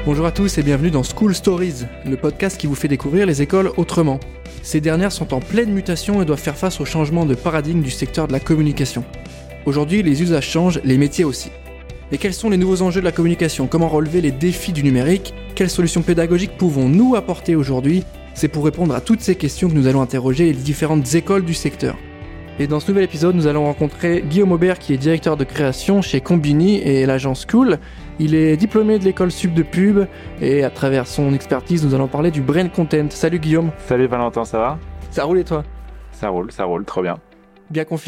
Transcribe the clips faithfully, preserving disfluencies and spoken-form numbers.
Bonjour à tous et bienvenue dans School Stories, le podcast qui vous fait découvrir les écoles autrement. Ces dernières sont en pleine mutation et doivent faire face au changement de paradigme du secteur de la communication. Aujourd'hui, les usages changent, les métiers aussi. Mais quels sont les nouveaux enjeux de la communication ? Comment relever les défis du numérique ? Quelles solutions pédagogiques pouvons-nous apporter aujourd'hui ? C'est pour répondre à toutes ces questions que nous allons interroger les différentes écoles du secteur. Et dans ce nouvel épisode, nous allons rencontrer Guillaume Aubert qui est directeur de création chez Combini et l'agence School. Il est diplômé de l'école sup de pub et à travers son expertise, nous allons parler du brand content. Salut Guillaume. Salut Valentin, ça va ? Ça roule et toi ? Ça roule, ça roule, trop bien. Bien confiné ?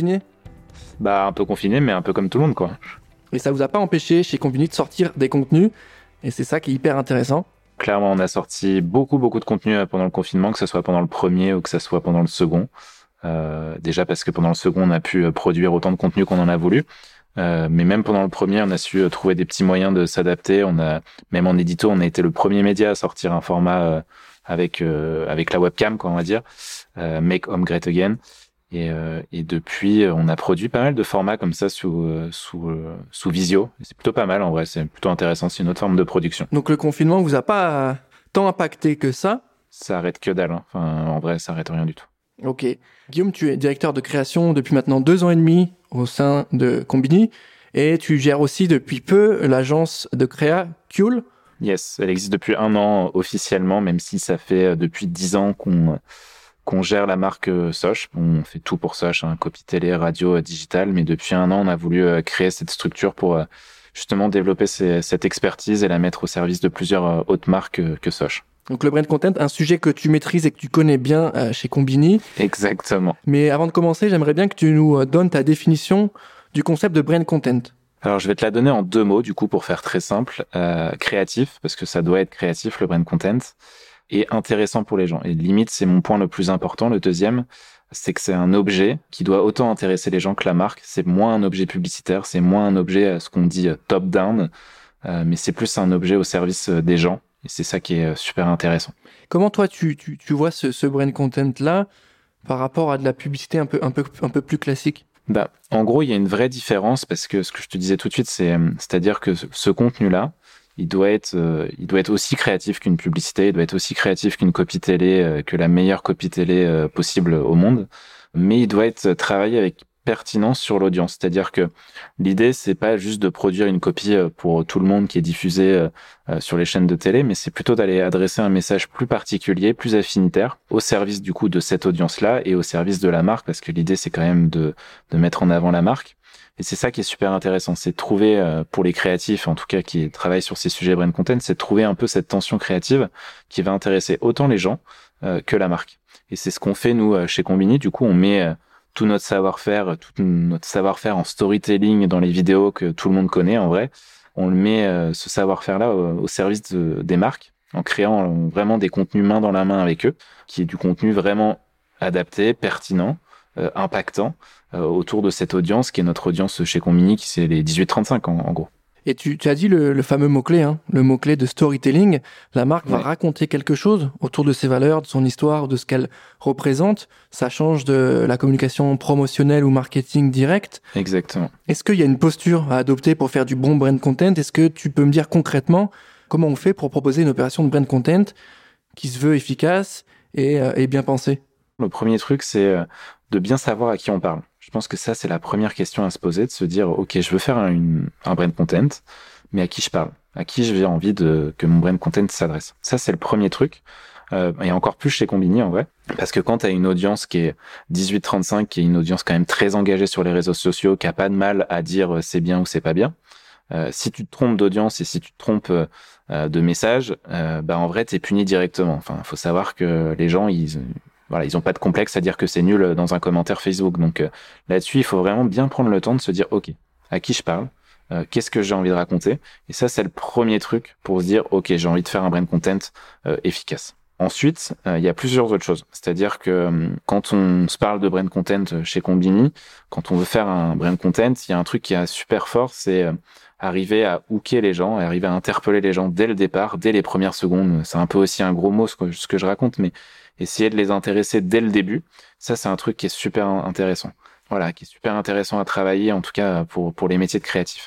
Bah un peu confiné, mais un peu comme tout le monde quoi. Et ça vous a pas empêché chez Combini de sortir des contenus et c'est ça qui est hyper intéressant. Clairement, on a sorti beaucoup beaucoup de contenus pendant le confinement, que ce soit pendant le premier ou que ce soit pendant le second. Euh, déjà parce que pendant le second, on a pu produire autant de contenu qu'on en a voulu. Euh, mais même pendant le premier, on a su trouver des petits moyens de s'adapter. On a, même en édito, on a été le premier média à sortir un format euh, avec euh, avec la webcam, quoi, on va dire, euh, Make Home Great Again. Et, euh, et depuis, on a produit pas mal de formats comme ça sous euh, sous euh, sous Visio. Et c'est plutôt pas mal en vrai. C'est plutôt intéressant. C'est une autre forme de production. Donc le confinement vous a pas tant impacté que ça ? Ça arrête que dalle. Hein. Enfin, en vrai, ça arrête rien du tout. Ok. Guillaume, tu es directeur de création depuis maintenant deux ans et demi au sein de Combini et tu gères aussi depuis peu l'agence de créa School. Yes, elle existe depuis un an officiellement, même si ça fait depuis dix ans qu'on qu'on gère la marque Soch. On fait tout pour Soch, hein, copie télé, radio, digital, mais depuis un an, on a voulu créer cette structure pour justement développer ces, cette expertise et la mettre au service de plusieurs autres marques que Soch. Donc le brand content, un sujet que tu maîtrises et que tu connais bien euh, chez Combini. Exactement. Mais avant de commencer, j'aimerais bien que tu nous donnes ta définition du concept de brand content. Alors je vais te la donner en deux mots du coup pour faire très simple. Euh, créatif, parce que ça doit être créatif le brand content, et intéressant pour les gens. Et limite, c'est mon point le plus important. Le deuxième, c'est que c'est un objet qui doit autant intéresser les gens que la marque. C'est moins un objet publicitaire, c'est moins un objet, ce qu'on dit top-down, euh, mais c'est plus un objet au service des gens. Et c'est ça qui est super intéressant. Comment toi, tu, tu, tu vois ce, ce brand content-là par rapport à de la publicité un peu, un peu, un peu plus classique ? Bah, en gros, il y a une vraie différence parce que ce que je te disais tout de suite, c'est, c'est-à-dire que ce, ce contenu-là, il doit être, euh, il doit être aussi créatif qu'une publicité, il doit être aussi créatif qu'une copie télé, euh, que la meilleure copie télé euh, possible au monde. Mais il doit être travaillé avec pertinence sur l'audience. C'est-à-dire que l'idée, c'est pas juste de produire une copie pour tout le monde qui est diffusée euh, sur les chaînes de télé, mais c'est plutôt d'aller adresser un message plus particulier, plus affinitaire, au service du coup de cette audience-là et au service de la marque, parce que l'idée, c'est quand même de, de mettre en avant la marque. Et c'est ça qui est super intéressant, c'est de trouver, euh, pour les créatifs, en tout cas qui travaillent sur ces sujets brand content, c'est de trouver un peu cette tension créative qui va intéresser autant les gens euh, que la marque. Et c'est ce qu'on fait, nous, chez Combini. Du coup, on met euh, tout notre savoir-faire, tout notre savoir-faire en storytelling dans les vidéos que tout le monde connaît en vrai. On le met, euh, ce savoir-faire-là, au, au service de, des marques, en créant euh, vraiment des contenus main dans la main avec eux, qui est du contenu vraiment adapté, pertinent, euh, impactant, euh, autour de cette audience qui est notre audience chez Combini, qui c'est les dix-huit trente-cinq en, en gros. Et tu, tu as dit le, le fameux mot-clé, hein, le mot-clé de storytelling. La marque ouais. va raconter quelque chose autour de ses valeurs, de son histoire, de ce qu'elle représente. Ça change de la communication promotionnelle ou marketing direct. Exactement. Est-ce qu'il y a une posture à adopter pour faire du bon brand content ? Est-ce que tu peux me dire concrètement comment on fait pour proposer une opération de brand content qui se veut efficace et, euh, et bien pensée ? Le premier truc, c'est de bien savoir à qui on parle. Je pense que ça, c'est la première question à se poser, de se dire, OK, je veux faire un, une, un brand content, mais à qui je parle ? À qui j'ai envie de, que mon brand content s'adresse ? Ça, c'est le premier truc. Euh, et encore plus chez Combini, en vrai. Parce que quand tu as une audience qui est dix-huit trente-cinq, qui est une audience quand même très engagée sur les réseaux sociaux, qui a pas de mal à dire c'est bien ou c'est pas bien, euh, si tu te trompes d'audience et si tu te trompes euh, de message, euh, bah en vrai, t'es puni directement. Enfin, faut savoir que les gens, ils... Voilà, ils ont pas de complexe à dire que c'est nul dans un commentaire Facebook. Donc euh, là-dessus, il faut vraiment bien prendre le temps de se dire, OK, à qui je parle ? euh, Qu'est-ce que j'ai envie de raconter ? Et ça, c'est le premier truc pour se dire, OK, j'ai envie de faire un brand content euh, efficace. Ensuite, il euh, y a plusieurs autres choses. C'est-à-dire que euh, quand on se parle de brand content chez Combini, quand on veut faire un brand content, il y a un truc qui est super fort, c'est euh, arriver à hooker les gens, arriver à interpeller les gens dès le départ, dès les premières secondes. C'est un peu aussi un gros mot ce que, ce que je raconte, mais essayer de les intéresser dès le début, ça c'est un truc qui est super intéressant. Voilà, qui est super intéressant à travailler, en tout cas pour pour les métiers de créatifs.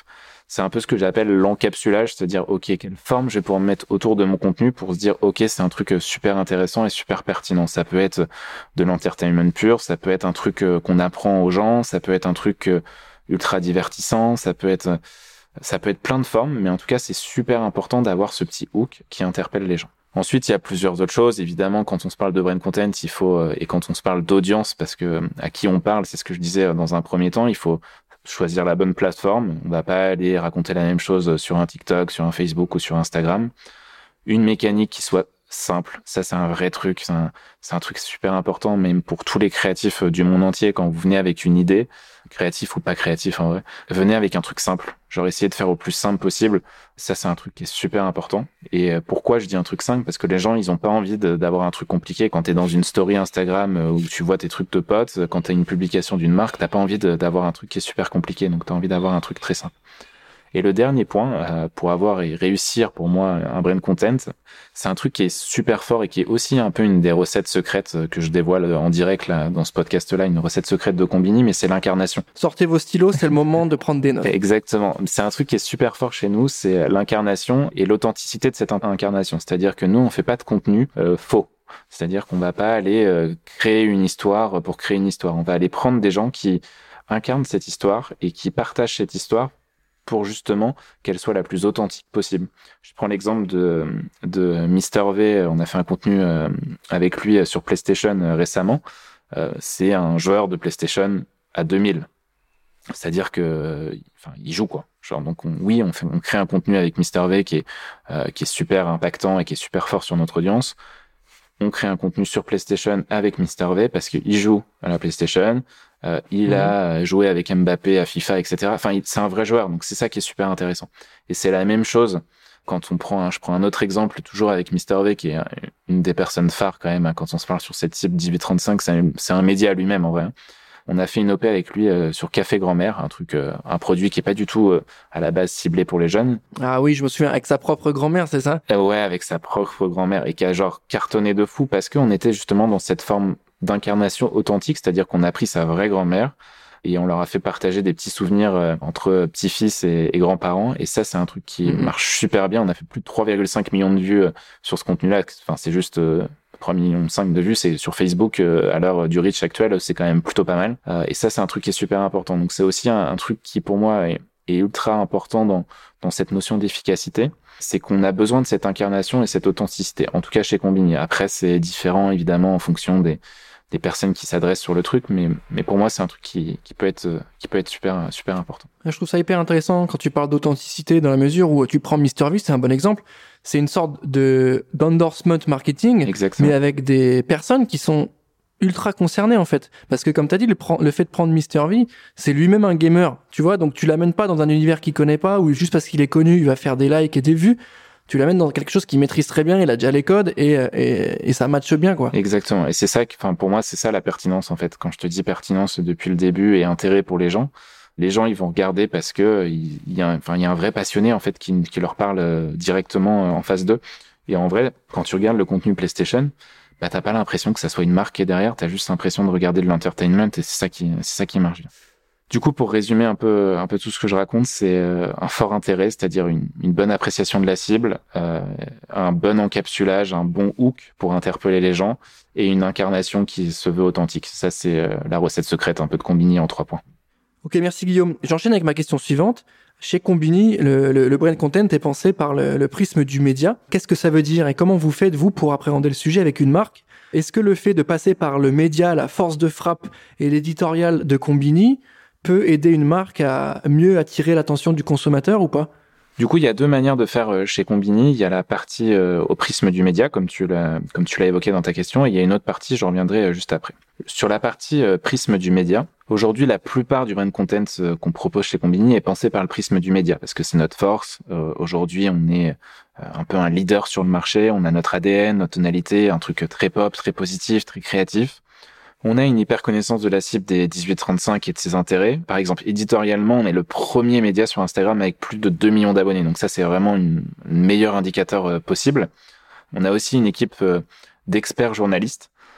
c'est un peu ce que j'appelle l'encapsulage, c'est-à-dire, OK, quelle forme je vais pouvoir mettre autour de mon contenu pour se dire, OK, c'est un truc super intéressant et super pertinent. Ça peut être de l'entertainment pur, ça peut être un truc qu'on apprend aux gens, ça peut être un truc ultra divertissant, ça peut être, ça peut être plein de formes, mais en tout cas, c'est super important d'avoir ce petit hook qui interpelle les gens. Ensuite, il y a plusieurs autres choses. Évidemment, quand on se parle de brand content, il faut, et quand on se parle d'audience, parce que à qui on parle, c'est ce que je disais dans un premier temps, il faut choisir la bonne plateforme. On va pas aller raconter la même chose sur un TikTok, sur un Facebook ou sur Instagram. Une mécanique qui soit simple, ça c'est un vrai truc, c'est un, c'est un truc super important, même pour tous les créatifs du monde entier. Quand vous venez avec une idée, créatif ou pas créatif en vrai, venez avec un truc simple. Genre essayer de faire au plus simple possible. Ça c'est un truc qui est super important. Et pourquoi je dis un truc simple? Parce que les gens ils ont pas envie de, d'avoir un truc compliqué. Quand t'es dans une story Instagram où tu vois tes trucs de potes, quand t'as une publication d'une marque, t'as pas envie de, d'avoir un truc qui est super compliqué. Donc t'as envie d'avoir un truc très simple. Et le dernier point, euh, pour avoir et réussir pour moi un brand content, c'est un truc qui est super fort et qui est aussi un peu une des recettes secrètes que je dévoile en direct là, dans ce podcast-là, une recette secrète de Conbini, mais c'est l'incarnation. Sortez vos stylos, c'est le moment de prendre des notes. Exactement. C'est un truc qui est super fort chez nous, c'est l'incarnation et l'authenticité de cette incarnation. C'est-à-dire que nous, on fait pas de contenu euh, faux. C'est-à-dire qu'on va pas aller euh, créer une histoire pour créer une histoire. On va aller prendre des gens qui incarnent cette histoire et qui partagent cette histoire pour justement qu'elle soit la plus authentique possible. Je prends l'exemple de, de mister V. On a fait un contenu euh, avec lui sur PlayStation euh, récemment. Euh, c'est un joueur de PlayStation à deux mille. C'est-à-dire que, enfin, il joue quoi. Genre, donc on, oui, on, fait, on crée un contenu avec mister V qui est, euh, qui est super impactant et qui est super fort sur notre audience. On crée un contenu sur PlayStation avec mister V parce qu'il joue à la PlayStation. Euh, il mmh. a joué avec Mbappé à FIFA, et cetera. Enfin, il, c'est un vrai joueur, donc c'est ça qui est super intéressant. Et c'est la même chose quand on prend, hein, je prends un autre exemple, toujours avec mister V, qui est une des personnes phares quand même, hein, quand on se parle sur cette cible dix-huit trente-cinq, c'est un, c'est un média lui-même en vrai. Hein. On a fait une O P avec lui euh, sur Café Grand-Mère, un truc, euh, un produit qui est pas du tout euh, à la base ciblé pour les jeunes. Ah oui, je me souviens, avec sa propre grand-mère, c'est ça? euh, Ouais, avec sa propre grand-mère, et qui a genre cartonné de fou parce qu'on était justement dans cette forme d'incarnation authentique, c'est-à-dire qu'on a pris sa vraie grand-mère et on leur a fait partager des petits souvenirs euh, entre petits-fils et, et grands-parents. Et ça, c'est un truc qui mmh. marche super bien. On a fait plus de trois virgule cinq millions de vues euh, sur ce contenu-là. Enfin, c'est juste euh, trois virgule cinq millions de vues. C'est sur Facebook, euh, à l'heure du reach actuel, c'est quand même plutôt pas mal. Euh, et ça, c'est un truc qui est super important. Donc, c'est aussi un, un truc qui, pour moi, est, est ultra important dans, dans cette notion d'efficacité. C'est qu'on a besoin de cette incarnation et cette authenticité. En tout cas, chez Conbini. Après, c'est différent, évidemment, en fonction des des personnes qui s'adressent sur le truc, mais, mais pour moi, c'est un truc qui, qui peut être, qui peut être super, super important. Je trouve ça hyper intéressant quand tu parles d'authenticité dans la mesure où tu prends mister V, c'est un bon exemple. C'est une sorte de, d'endorsement marketing, Exactement. mais avec des personnes qui sont ultra concernées, en fait. Parce que, comme t'as dit, le, le fait de prendre mister V, c'est lui-même un gamer, tu vois, donc tu l'amènes pas dans un univers qu'il connaît pas, ou juste parce qu'il est connu, il va faire des likes et des vues. Tu l'amènes dans quelque chose qu'il maîtrise très bien, il a déjà les codes et, et, et ça matche bien, quoi. Exactement. Et c'est ça, enfin, pour moi, c'est ça la pertinence, en fait. Quand je te dis pertinence depuis le début et intérêt pour les gens, les gens, ils vont regarder parce que il y a, enfin, il y a un vrai passionné, en fait, qui, qui leur parle directement en face d'eux. Et en vrai, quand tu regardes le contenu PlayStation, bah, t'as pas l'impression que ça soit une marque qui est derrière, t'as juste l'impression de regarder de l'entertainment et c'est ça qui, c'est ça qui marche bien. Du coup, pour résumer un peu, un peu tout ce que je raconte, c'est euh, un fort intérêt, c'est-à-dire une, une bonne appréciation de la cible, euh, un bon encapsulage, un bon hook pour interpeller les gens et une incarnation qui se veut authentique. Ça, c'est euh, la recette secrète, un peu de Conbini en trois points. Ok, merci Guillaume. J'enchaîne avec ma question suivante. Chez Conbini, le, le, le brand content est pensé par le, le prisme du média. Qu'est-ce que ça veut dire et comment vous faites, vous, pour appréhender le sujet avec une marque? Est-ce que le fait de passer par le média, la force de frappe et l'éditorial de Conbini peut aider une marque à mieux attirer l'attention du consommateur ou pas? Du coup, il y a deux manières de faire chez Conbini. Il y a la partie euh, au prisme du média, comme tu l'as, comme tu l'as évoqué dans ta question, et il y a une autre partie, je reviendrai juste après. Sur la partie euh, prisme du média, aujourd'hui, la plupart du brand content euh, qu'on propose chez Conbini est pensé par le prisme du média, parce que c'est notre force. Euh, aujourd'hui, on est euh, un peu un leader sur le marché, on a notre A D N, notre tonalité, un truc très pop, très positif, très créatif. On a une hyper connaissance de la cible des dix-huit trente-cinq et de ses intérêts. Par exemple, éditorialement, on est le premier média sur Instagram avec plus de deux millions d'abonnés. Donc ça, c'est vraiment une, une meilleur indicateur euh, possible. On a aussi une équipe euh, d'experts journalistes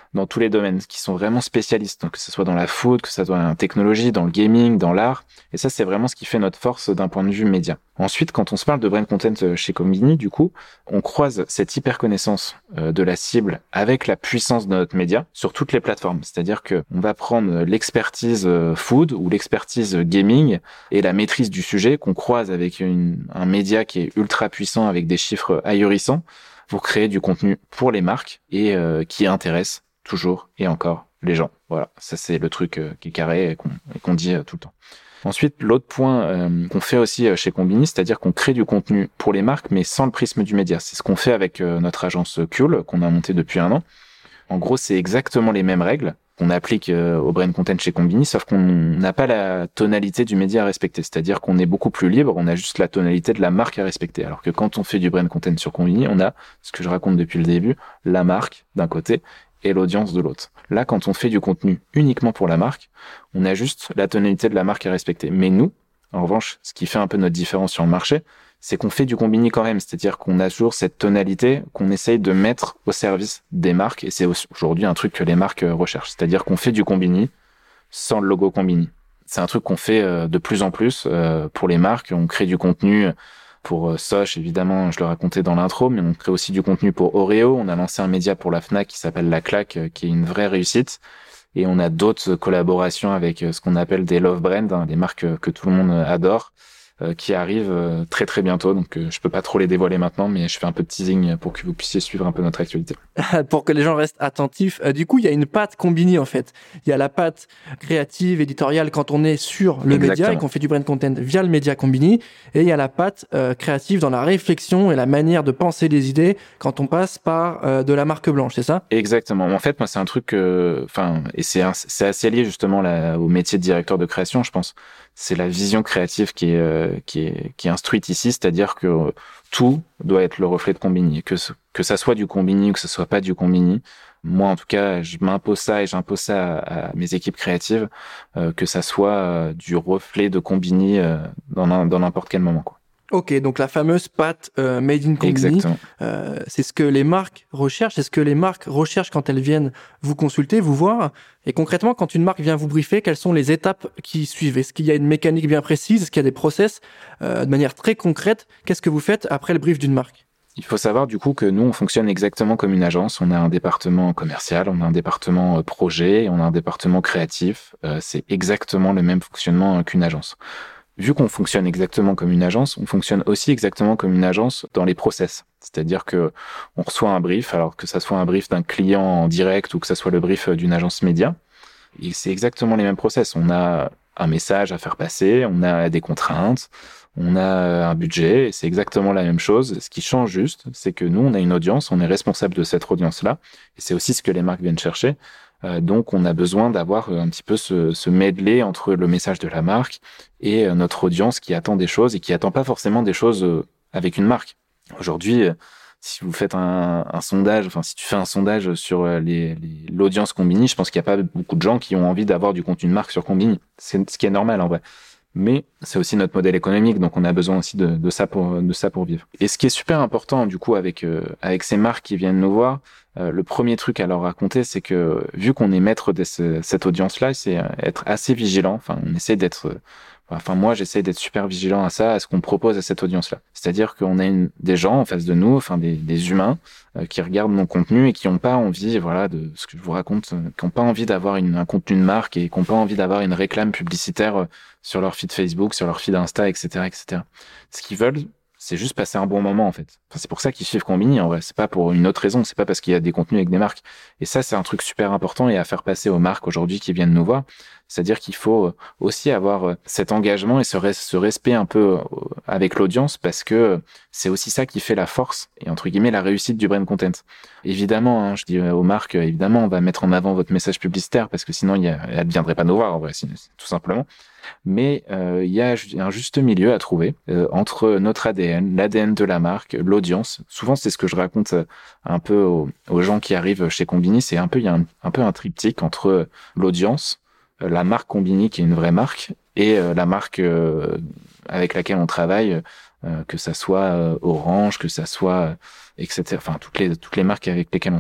dans tous les domaines, qui sont vraiment spécialistes, donc que ce soit dans la food, que ce soit dans la technologie, dans le gaming, dans l'art. Et ça, c'est vraiment ce qui fait notre force d'un point de vue média. Ensuite, quand on se parle de brand content chez Konbini, du coup, on croise cette hyper connaissance de la cible avec la puissance de notre média sur toutes les plateformes. C'est-à-dire que on va prendre l'expertise food ou l'expertise gaming et la maîtrise du sujet qu'on croise avec une, un média qui est ultra puissant avec des chiffres ahurissants pour créer du contenu pour les marques et euh, qui intéresse toujours et encore les gens. Voilà, ça c'est le truc euh, qui est carré et qu'on, et qu'on dit euh, tout le temps. Ensuite, l'autre point euh, qu'on fait aussi euh, chez Konbini, c'est-à-dire qu'on crée du contenu pour les marques, mais sans le prisme du média. C'est ce qu'on fait avec euh, notre agence Kuehl, qu'on a montée depuis un an. En gros, c'est exactement les mêmes règles qu'on applique euh, au brand content chez Konbini, sauf qu'on n'a pas la tonalité du média à respecter. C'est-à-dire qu'on est beaucoup plus libre, on a juste la tonalité de la marque à respecter. Alors que quand on fait du brand content sur Konbini, on a, ce que je raconte depuis le début, la marque d'un côté et l'audience de l'autre. Là, quand on fait du contenu uniquement pour la marque, on a juste la tonalité de la marque à respecter. Mais nous, en revanche, ce qui fait un peu notre différence sur le marché, c'est qu'on fait du Konbini quand même. C'est-à-dire qu'on a toujours cette tonalité qu'on essaye de mettre au service des marques. Et c'est aujourd'hui un truc que les marques recherchent. C'est-à-dire qu'on fait du Konbini sans le logo Konbini. C'est un truc qu'on fait de plus en plus pour les marques. On crée du contenu pour Soch, évidemment, je le racontais dans l'intro, mais on crée aussi du contenu pour Oreo. On a lancé un média pour la Fnac qui s'appelle La Claque, qui est une vraie réussite. Et on a d'autres collaborations avec ce qu'on appelle des love brands, hein, des marques que tout le monde adore, euh, qui arrivent euh, très très bientôt. Donc euh, je peux pas trop les dévoiler maintenant, mais je fais un peu de teasing pour que vous puissiez suivre un peu notre actualité. Pour que les gens restent attentifs. Euh, du coup, il y a une patte Konbini en fait. Il y a la patte créative, éditoriale quand on est sur le Exactement. média et qu'on fait du brand content via le média Konbini. Et il y a la patte euh, créative dans la réflexion et la manière de penser des idées quand on passe par euh, de la marque blanche, c'est ça? Exactement. En fait, moi, c'est un truc, enfin, euh, et c'est un, c'est assez lié justement là, au métier de directeur de création, je pense. C'est la vision créative qui est euh, qui est qui est instruite ici, c'est-à-dire que euh, tout doit être le reflet de Konbini, que ce, que ça soit du Konbini ou que ce soit pas du Konbini. Moi, en tout cas, je m'impose ça et j'impose ça à, à mes équipes créatives, euh, que ça soit euh, du reflet de Konbini euh, dans un, dans n'importe quel moment, quoi. Ok, donc la fameuse patte euh, Made in Konbini, euh, c'est ce que les marques recherchent, c'est ce que les marques recherchent quand elles viennent vous consulter, vous voir. Et concrètement, quand une marque vient vous briefer, quelles sont les étapes qui suivent? Est-ce qu'il y a une mécanique bien précise? Est-ce qu'il y a des process euh, de manière très concrète? Qu'est-ce que vous faites après le brief d'une marque? Il faut savoir du coup que nous, on fonctionne exactement comme une agence. On a un département commercial, on a un département projet, on a un département créatif. Euh, c'est exactement le même fonctionnement qu'une agence. Vu qu'on fonctionne exactement comme une agence, on fonctionne aussi exactement comme une agence dans les process. C'est-à-dire que on reçoit un brief, alors que ça soit un brief d'un client en direct ou que ça soit le brief d'une agence média. Et c'est exactement les mêmes process. On a un message à faire passer, on a des contraintes, on a un budget, et c'est exactement la même chose. Ce qui change juste, c'est que nous, on a une audience, on est responsable de cette audience-là, et c'est aussi ce que les marques viennent chercher. Euh, donc, on a besoin d'avoir un petit peu ce, ce medley entre le message de la marque et euh, notre audience qui attend des choses et qui attend pas forcément des choses euh, avec une marque. Aujourd'hui, euh, si vous faites un, un sondage, enfin si tu fais un sondage sur euh, les, les, l'audience Konbini, je pense qu'il n'y a pas beaucoup de gens qui ont envie d'avoir du contenu de marque sur Konbini. C'est ce qui est normal en vrai. Mais c'est aussi notre modèle économique, donc on a besoin aussi de, de ça pour de ça pour vivre. Et ce qui est super important du coup avec euh, avec ces marques qui viennent nous voir, euh, le premier truc à leur raconter, c'est que vu qu'on est maître de ce, cette audience-là, c'est être assez vigilant. Enfin, on essaie d'être, enfin moi j'essaie d'être super vigilant à ça, à ce qu'on propose à cette audience-là. C'est-à-dire qu'on a une, des gens en face de nous, enfin des, des humains euh, qui regardent nos contenus et qui n'ont pas envie, voilà, de ce que je vous raconte, euh, qui n'ont pas envie d'avoir une, un contenu de marque et qui n'ont pas envie d'avoir une réclame publicitaire euh, sur leur feed Facebook, sur leur feed Insta, et cetera, et cetera. Ce qu'ils veulent, c'est juste passer un bon moment en fait. Enfin, c'est pour ça qu'ils suivent Konbini en vrai. C'est pas pour une autre raison. C'est pas parce qu'il y a des contenus avec des marques. Et ça, c'est un truc super important et à faire passer aux marques aujourd'hui qui viennent nous voir. C'est-à-dire qu'il faut aussi avoir cet engagement et ce, res- ce respect un peu avec l'audience parce que c'est aussi ça qui fait la force et entre guillemets la réussite du brand content. Évidemment, hein, je dis aux marques, évidemment, on va mettre en avant votre message publicitaire parce que sinon, il y a, elles ne viendraient pas nous voir en vrai, tout simplement. Mais euh, il y a un juste milieu à trouver euh, entre notre A D N, l'A D N de la marque, l'audience. Souvent, c'est ce que je raconte un peu aux, aux gens qui arrivent chez Konbini. C'est un peu, il y a un, un peu un triptyque entre l'audience, la marque Konbini qui est une vraie marque et euh, la marque euh, avec laquelle on travaille, euh, que ça soit euh, Orange, que ça soit, euh, et cetera. Enfin, toutes les toutes les marques avec lesquelles on travaille.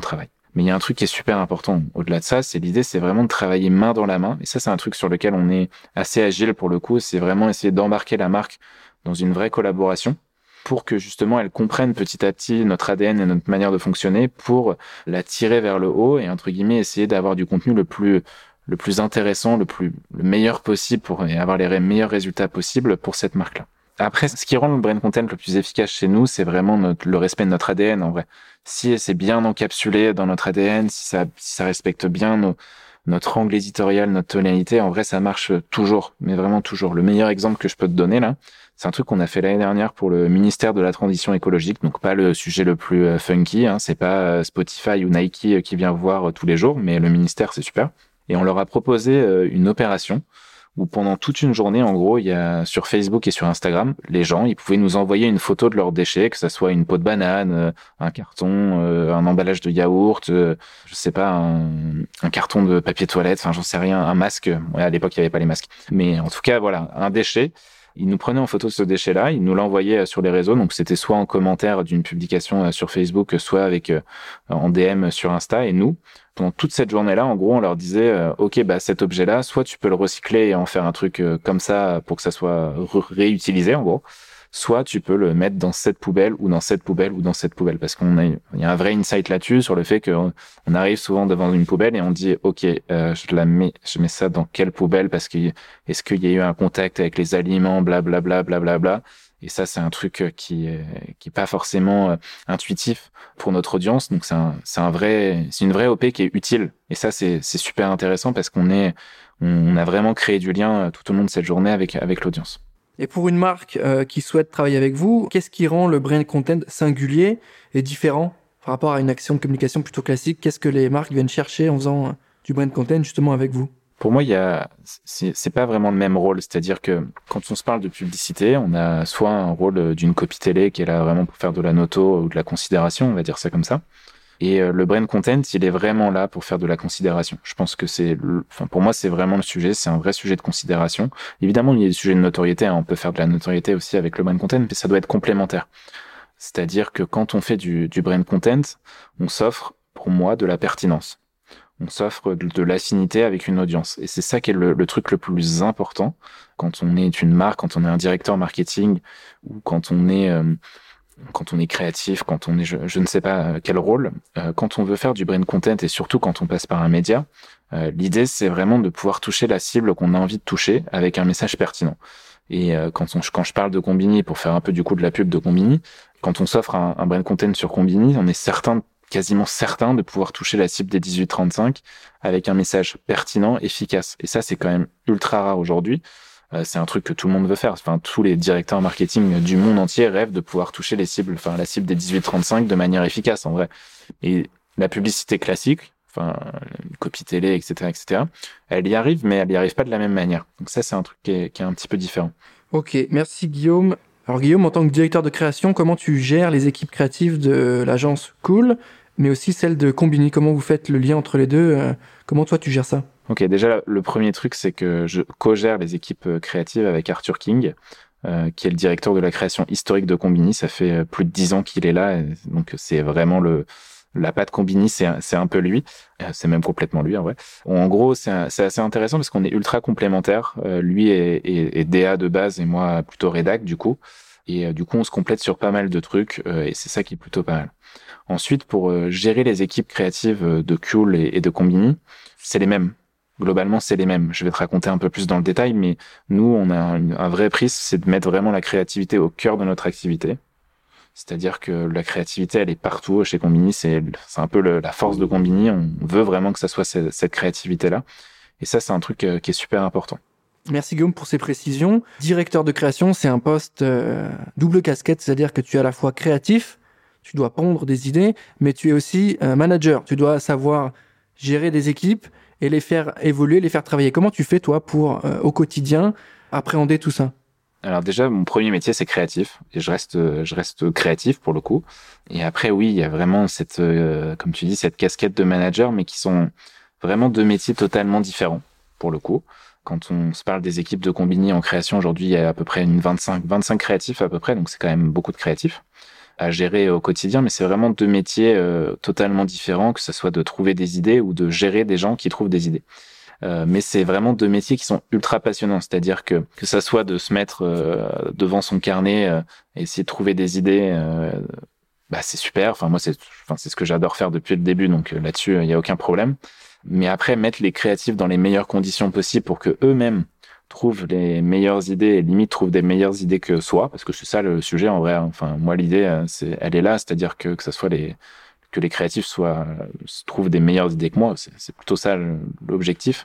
Mais il y a un truc qui est super important. Au-delà de ça, c'est l'idée, c'est vraiment de travailler main dans la main. Et ça, c'est un truc sur lequel on est assez agile pour le coup. C'est vraiment essayer d'embarquer la marque dans une vraie collaboration pour que justement elle comprenne petit à petit notre A D N et notre manière de fonctionner pour la tirer vers le haut et entre guillemets essayer d'avoir du contenu le plus le plus intéressant, le plus le meilleur possible pour avoir les meilleurs résultats possibles pour cette marque-là. Après, ce qui rend le brand content le plus efficace chez nous, c'est vraiment notre, le respect de notre A D N en vrai. Si c'est bien encapsulé dans notre A D N, si ça, si ça respecte bien nos, notre angle éditorial, notre tonalité, en vrai, ça marche toujours, mais vraiment toujours. Le meilleur exemple que je peux te donner là, c'est un truc qu'on a fait l'année dernière pour le ministère de la Transition écologique, donc pas le sujet le plus funky, hein, c'est pas Spotify ou Nike qui vient voir tous les jours, mais le ministère, c'est super. Et on leur a proposé une opération où pendant toute une journée, en gros, il y a sur Facebook et sur Instagram, les gens, ils pouvaient nous envoyer une photo de leurs déchets, que ça soit une peau de banane, un carton, un emballage de yaourt, je sais pas, un, un carton de papier toilette, enfin j'en sais rien, un masque. Ouais, à l'époque, il y avait pas les masques. Mais en tout cas, voilà, un déchet. Ils nous prenaient en photo ce déchet-là, ils nous l'envoyaient sur les réseaux, donc c'était soit en commentaire d'une publication sur Facebook, soit avec en D M sur Insta, et nous, pendant toute cette journée-là, en gros, on leur disait, euh, ok, bah cet objet-là, soit tu peux le recycler et en faire un truc euh, comme ça pour que ça soit réutilisé, en gros, soit tu peux le mettre dans cette poubelle ou dans cette poubelle ou dans cette poubelle, parce qu'on a, il y a un vrai insight là-dessus sur le fait qu'on on arrive souvent devant une poubelle et on dit, ok, euh, je la mets, je mets ça dans quelle poubelle parce que est-ce qu'il y a eu un contact avec les aliments, blablabla, blablabla. Bla, bla, bla. Et ça, c'est un truc qui est, qui est pas forcément intuitif pour notre audience. Donc, c'est un, c'est un vrai, c'est une vraie O P qui est utile. Et ça, c'est, c'est super intéressant parce qu'on est, on a vraiment créé du lien tout au long de cette journée avec, avec l'audience. Et pour une marque euh, qui souhaite travailler avec vous, qu'est-ce qui rend le brand content singulier et différent par rapport à une action de communication plutôt classique? Qu'est-ce que les marques viennent chercher en faisant du brand content justement avec vous? Pour moi, il y a, c'est, c'est pas vraiment le même rôle. C'est-à-dire que quand on se parle de publicité, on a soit un rôle d'une copie télé qui est là vraiment pour faire de la noto ou de la considération, on va dire ça comme ça. Et le brand content, il est vraiment là pour faire de la considération. Je pense que c'est, le, enfin pour moi, c'est vraiment le sujet. C'est un vrai sujet de considération. Évidemment, il y a des sujets de notoriété. Hein, on peut faire de la notoriété aussi avec le brand content, mais ça doit être complémentaire. C'est-à-dire que quand on fait du, du brand content, on s'offre, pour moi, de la pertinence. On s'offre de, de l'affinité avec une audience. Et c'est ça qui est le, le truc le plus important quand on est une marque, quand on est un directeur marketing ou quand on est, euh, quand on est créatif, quand on est, je, je ne sais pas quel rôle. Euh, quand on veut faire du brand content et surtout quand on passe par un média, euh, l'idée c'est vraiment de pouvoir toucher la cible qu'on a envie de toucher avec un message pertinent. Et euh, quand, on, quand je parle de Combini, pour faire un peu du coup de la pub de Combini, quand on s'offre un, un brand content sur Combini, on est certain quasiment certain de pouvoir toucher la cible des dix-huit trente-cinq avec un message pertinent, efficace. Et ça, c'est quand même ultra rare aujourd'hui. Euh, c'est un truc que tout le monde veut faire. Enfin, tous les directeurs marketing du monde entier rêvent de pouvoir toucher les cibles, enfin, la cible des dix-huit trente-cinq de manière efficace, en vrai. Et la publicité classique, enfin, copie télé, et cetera, et cetera, elle y arrive, mais elle y arrive pas de la même manière. Donc ça, c'est un truc qui est, qui est un petit peu différent. Ok, merci Guillaume. Alors Guillaume, en tant que directeur de création, comment tu gères les équipes créatives de l'agence Cool, mais aussi celle de Combini? Comment vous faites le lien entre les deux? Comment toi tu gères ça? Ok, déjà le premier truc, c'est que je co-gère les équipes créatives avec Arthur King, euh, qui est le directeur de la création historique de Combini. Ça fait plus de dix ans qu'il est là, donc c'est vraiment le la patte Combini, c'est c'est un peu lui, c'est même complètement lui en vrai. En gros, c'est c'est assez intéressant parce qu'on est ultra complémentaires. Euh, lui est, est, est D A de base et moi plutôt rédac du coup. Et euh, du coup, on se complète sur pas mal de trucs euh, et c'est ça qui est plutôt pas mal. Ensuite, pour euh, gérer les équipes créatives de Cool et, et de Combini, c'est les mêmes. Globalement, c'est les mêmes. Je vais te raconter un peu plus dans le détail, mais nous, on a un, un vrai prisme, c'est de mettre vraiment la créativité au cœur de notre activité. C'est-à-dire que la créativité, elle est partout chez Combini. C'est, c'est un peu le, la force de Combini. On veut vraiment que ça soit cette, cette créativité-là. Et ça, c'est un truc euh, qui est super important. Merci Guillaume pour ces précisions. Directeur de création, c'est un poste euh, double casquette, c'est-à-dire que tu es à la fois créatif, tu dois pondre des idées, mais tu es aussi euh, manager. Tu dois savoir gérer des équipes et les faire évoluer, les faire travailler. Comment tu fais, toi, pour, euh, au quotidien, appréhender tout ça? Alors déjà, mon premier métier, c'est créatif. Et je reste, je reste créatif pour le coup. Et après, oui, il y a vraiment cette, euh, comme tu dis, cette casquette de manager, mais qui sont vraiment deux métiers totalement différents pour le coup. Quand on se parle des équipes de Combini en création, aujourd'hui, il y a à peu près une vingt-cinq, vingt-cinq créatifs à peu près, donc c'est quand même beaucoup de créatifs. à gérer au quotidien, mais c'est vraiment deux métiers euh, totalement différents, que ce soit de trouver des idées ou de gérer des gens qui trouvent des idées. Euh, mais c'est vraiment deux métiers qui sont ultra passionnants, c'est-à-dire que que ça soit de se mettre euh, devant son carnet euh, et essayer de trouver des idées, euh, bah c'est super. Enfin moi c'est, enfin c'est ce que j'adore faire depuis le début, donc euh, là-dessus il euh, y a aucun problème. Mais après mettre les créatifs dans les meilleures conditions possibles pour que eux-mêmes trouvent les meilleures idées et limite trouvent des meilleures idées que soi, parce que c'est ça le sujet en vrai. Enfin moi l'idée euh, c'est, elle est là, c'est-à-dire que que ça soit les que les créatifs soient trouvent des meilleures idées que moi, c'est, c'est plutôt ça l'objectif.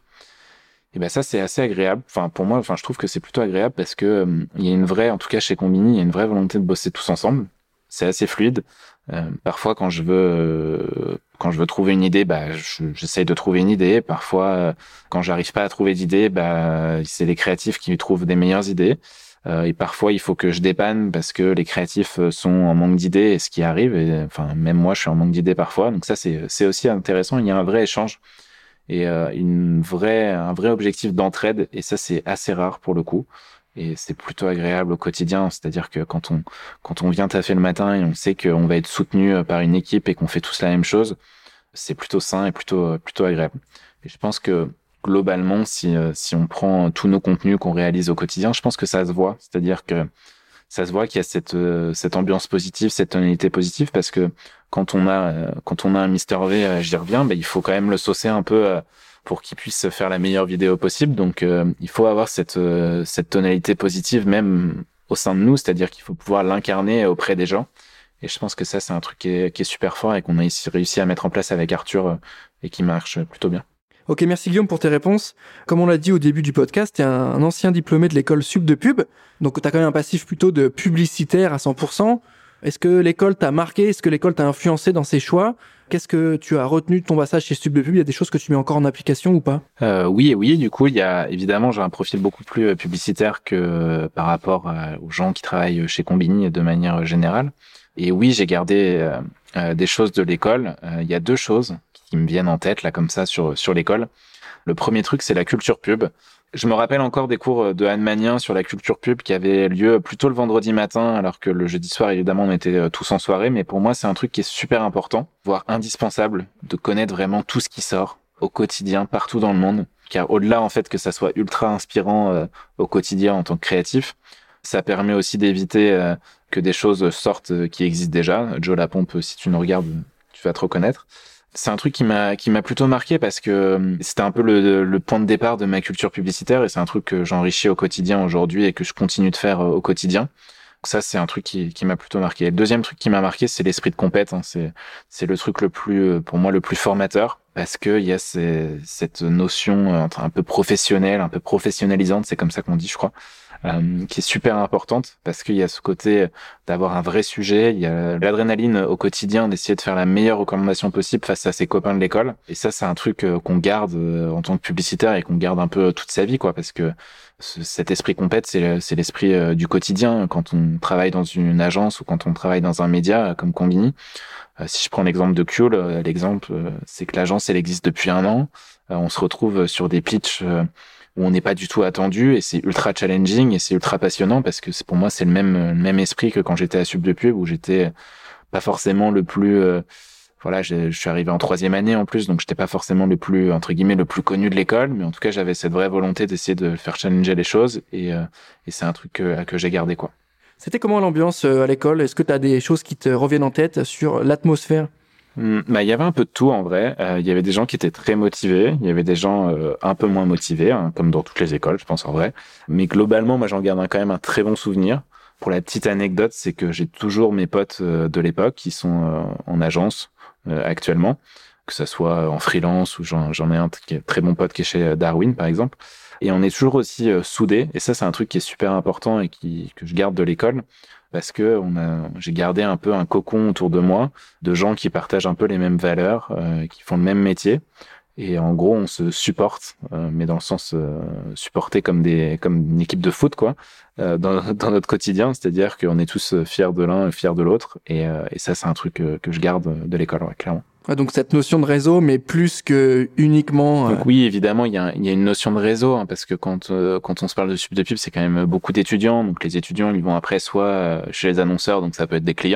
Et ben ça c'est assez agréable. Enfin pour moi, enfin je trouve que c'est plutôt agréable parce que euh, il y a une vraie, en tout cas chez Combini, il y a une vraie volonté de bosser tous ensemble. C'est assez fluide. Euh, parfois quand je veux euh, quand je veux trouver une idée, bah je, j'essaye de trouver une idée. Parfois euh, quand j'arrive pas à trouver d'idée, bah c'est les créatifs qui trouvent des meilleures idées. Euh, et parfois, il faut que je dépanne parce que les créatifs sont en manque d'idées, et ce qui arrive. Et, enfin, même moi, je suis en manque d'idées parfois. Donc ça, c'est c'est aussi intéressant. Il y a un vrai échange et euh, une vraie un vrai objectif d'entraide. Et ça, c'est assez rare pour le coup. Et c'est plutôt agréable au quotidien. C'est-à-dire que quand on quand on vient taffer le matin et on sait qu'on va être soutenu par une équipe et qu'on fait tous la même chose, c'est plutôt sain et plutôt plutôt agréable. Et je pense que globalement, si euh, si on prend tous nos contenus qu'on réalise au quotidien, je pense que ça se voit. C'est-à-dire que ça se voit qu'il y a cette euh, cette ambiance positive, cette tonalité positive, parce que quand on a euh, quand on a un Mister V, euh, j'y reviens, ben il faut quand même le saucer un peu euh, pour qu'il puisse faire la meilleure vidéo possible. Donc euh, il faut avoir cette euh, cette tonalité positive même au sein de nous, c'est-à-dire qu'il faut pouvoir l'incarner auprès des gens. Et je pense que ça c'est un truc qui est, qui est super fort et qu'on a ici réussi à mettre en place avec Arthur euh, et qui marche plutôt bien. Ok, merci Guillaume pour tes réponses. Comme on l'a dit au début du podcast, tu es un ancien diplômé de l'école Sup de Pub, donc tu as quand même un passif plutôt de publicitaire à cent pour cent. Est-ce que l'école t'a marqué? Est-ce que l'école t'a influencé dans ses choix? Qu'est-ce que tu as retenu de ton passage chez Sup de Pub? Il y a des choses que tu mets encore en application ou pas? euh, Oui et oui, du coup, il y a évidemment, j'ai un profil beaucoup plus publicitaire que euh, par rapport euh, aux gens qui travaillent chez Combini de manière générale. Et oui, j'ai gardé euh, euh, des choses de l'école. Euh, il y a deux choses qui me viennent en tête là comme ça sur sur l'école. Le premier truc, c'est la culture pub. Je me rappelle encore des cours de Anne Magnien sur la culture pub qui avaient lieu plutôt le vendredi matin, alors que le jeudi soir, évidemment, on était tous en soirée. Mais pour moi, c'est un truc qui est super important, voire indispensable, de connaître vraiment tout ce qui sort au quotidien, partout dans le monde. Car au-delà, en fait, que ça soit ultra inspirant euh, au quotidien en tant que créatif, ça permet aussi d'éviter euh, que des choses sortent euh, qui existent déjà. Joe Lapompe, si tu nous regardes, tu vas te reconnaître. C'est un truc qui m'a qui m'a plutôt marqué parce que c'était un peu le, le point de départ de ma culture publicitaire et c'est un truc que j'enrichis au quotidien aujourd'hui et que je continue de faire au quotidien. Donc ça, c'est un truc qui, qui m'a plutôt marqué. Et le deuxième truc qui m'a marqué, c'est l'esprit de compète. Hein. C'est c'est le truc le plus, pour moi, le plus formateur parce que il y a ces, cette notion un peu professionnelle, un peu professionnalisante, c'est comme ça qu'on dit, je crois. Euh, qui est super importante parce qu'il y a ce côté d'avoir un vrai sujet, il y a l'adrénaline au quotidien d'essayer de faire la meilleure recommandation possible face à ses copains de l'école. Et ça, c'est un truc qu'on garde en tant que publicitaire et qu'on garde un peu toute sa vie, quoi, parce que cet esprit compète, c'est, c'est l'esprit du quotidien quand on travaille dans une agence ou quand on travaille dans un média comme Combini. Si je prends l'exemple de Kuehl, l'exemple, c'est que l'agence, elle existe depuis un an. On se retrouve sur des pitchs où on n'est pas du tout attendu et c'est ultra challenging et c'est ultra passionnant parce que c'est, pour moi, c'est le même, le même esprit que quand j'étais à Sup de Pub où j'étais pas forcément le plus, euh, voilà, je, je suis arrivé en troisième année en plus, donc j'étais pas forcément le plus, entre guillemets, le plus connu de l'école, mais en tout cas, j'avais cette vraie volonté d'essayer de faire challenger les choses et, euh, et c'est un truc que, que j'ai gardé, quoi. C'était comment l'ambiance à l'école? Est-ce que tu as des choses qui te reviennent en tête sur l'atmosphère? Bah, il y avait un peu de tout en vrai. Euh, il y avait des gens qui étaient très motivés, il y avait des gens euh, un peu moins motivés, hein, comme dans toutes les écoles, je pense en vrai. Mais globalement, moi, j'en garde un, quand même un très bon souvenir. Pour la petite anecdote, c'est que j'ai toujours mes potes euh, de l'époque qui sont euh, en agence euh, actuellement, que ça soit en freelance ou j'en, j'en ai un qui est très bon pote qui est chez Darwin, par exemple. Et on est toujours aussi euh, soudés. Et ça, c'est un truc qui est super important et qui que je garde de l'école. Parce que on a, j'ai gardé un peu un cocon autour de moi de gens qui partagent un peu les mêmes valeurs, euh, qui font le même métier. Et en gros, on se supporte, euh, mais dans le sens euh, supporter comme des, comme une équipe de foot, quoi, euh, dans, dans notre quotidien. C'est-à-dire qu'on est tous fiers de l'un et fiers de l'autre. Et, euh, et ça, c'est un truc que, que je garde de l'école, ouais, clairement. Ouais, donc cette notion de réseau, mais plus que uniquement. Donc oui, évidemment, il y a, il y a une notion de réseau, hein, parce que quand euh, quand on se parle de Sup de Pub, c'est quand même beaucoup d'étudiants. Donc les étudiants, ils vont après soit chez les annonceurs, donc ça peut être des clients,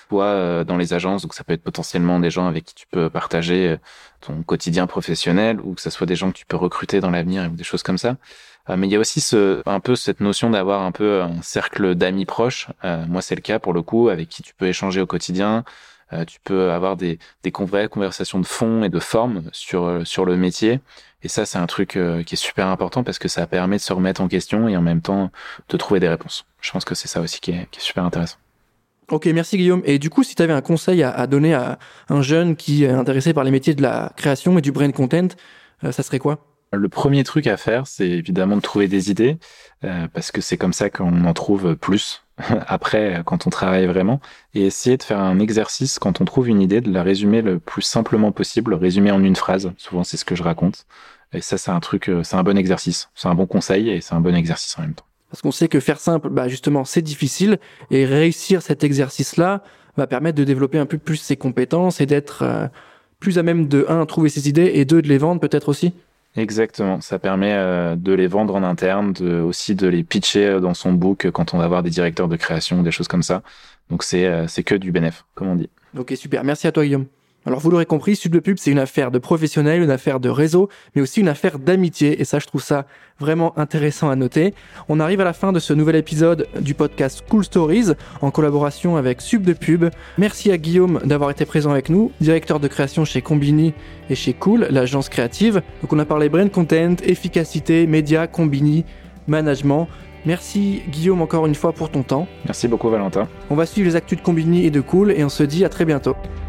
soit euh, dans les agences, donc ça peut être potentiellement des gens avec qui tu peux partager euh, ton quotidien professionnel, ou que ça soit des gens que tu peux recruter dans l'avenir, ou des choses comme ça. Euh, mais il y a aussi ce, un peu cette notion d'avoir un peu un cercle d'amis proches. Euh, moi, c'est le cas pour le coup, avec qui tu peux échanger au quotidien. Euh, tu peux avoir des, des vraies conversations de fond et de forme sur, sur le métier. Et ça, c'est un truc euh, qui est super important parce que ça permet de se remettre en question et en même temps de trouver des réponses. Je pense que c'est ça aussi qui est, qui est super intéressant. Ok, merci Guillaume. Et du coup, si tu avais un conseil à, à donner à un jeune qui est intéressé par les métiers de la création et du brand content, euh, ça serait quoi ? Le premier truc à faire, c'est évidemment de trouver des idées, euh, parce que c'est comme ça qu'on en trouve plus après, quand on travaille vraiment, et essayer de faire un exercice quand on trouve une idée, de la résumer le plus simplement possible, résumer en une phrase. Souvent, c'est ce que je raconte. Et ça, c'est un truc, c'est un bon exercice. C'est un bon conseil et c'est un bon exercice en même temps. Parce qu'on sait que faire simple, bah justement, c'est difficile, et réussir cet exercice-là va permettre de développer un peu plus ses compétences et d'être euh, plus à même de, un, trouver ses idées, et deux, de les vendre peut-être aussi. Exactement, ça permet euh, de les vendre en interne, de, aussi de les pitcher dans son book quand on va avoir des directeurs de création, des choses comme ça. Donc c'est, euh, c'est que du bénéf, comme on dit. Ok, super, merci à toi Guillaume. Alors vous l'aurez compris, Sub de Pub, c'est une affaire de professionnels, une affaire de réseau, mais aussi une affaire d'amitié, et ça je trouve ça vraiment intéressant à noter. On arrive à la fin de ce nouvel épisode du podcast Cool Stories, en collaboration avec Sub de Pub. Merci à Guillaume d'avoir été présent avec nous, directeur de création chez Combini et chez Cool, l'agence créative. Donc on a parlé brand content, efficacité, médias, Combini, management. Merci Guillaume encore une fois pour ton temps. Merci beaucoup Valentin. On va suivre les actus de Combini et de Cool, et on se dit à très bientôt.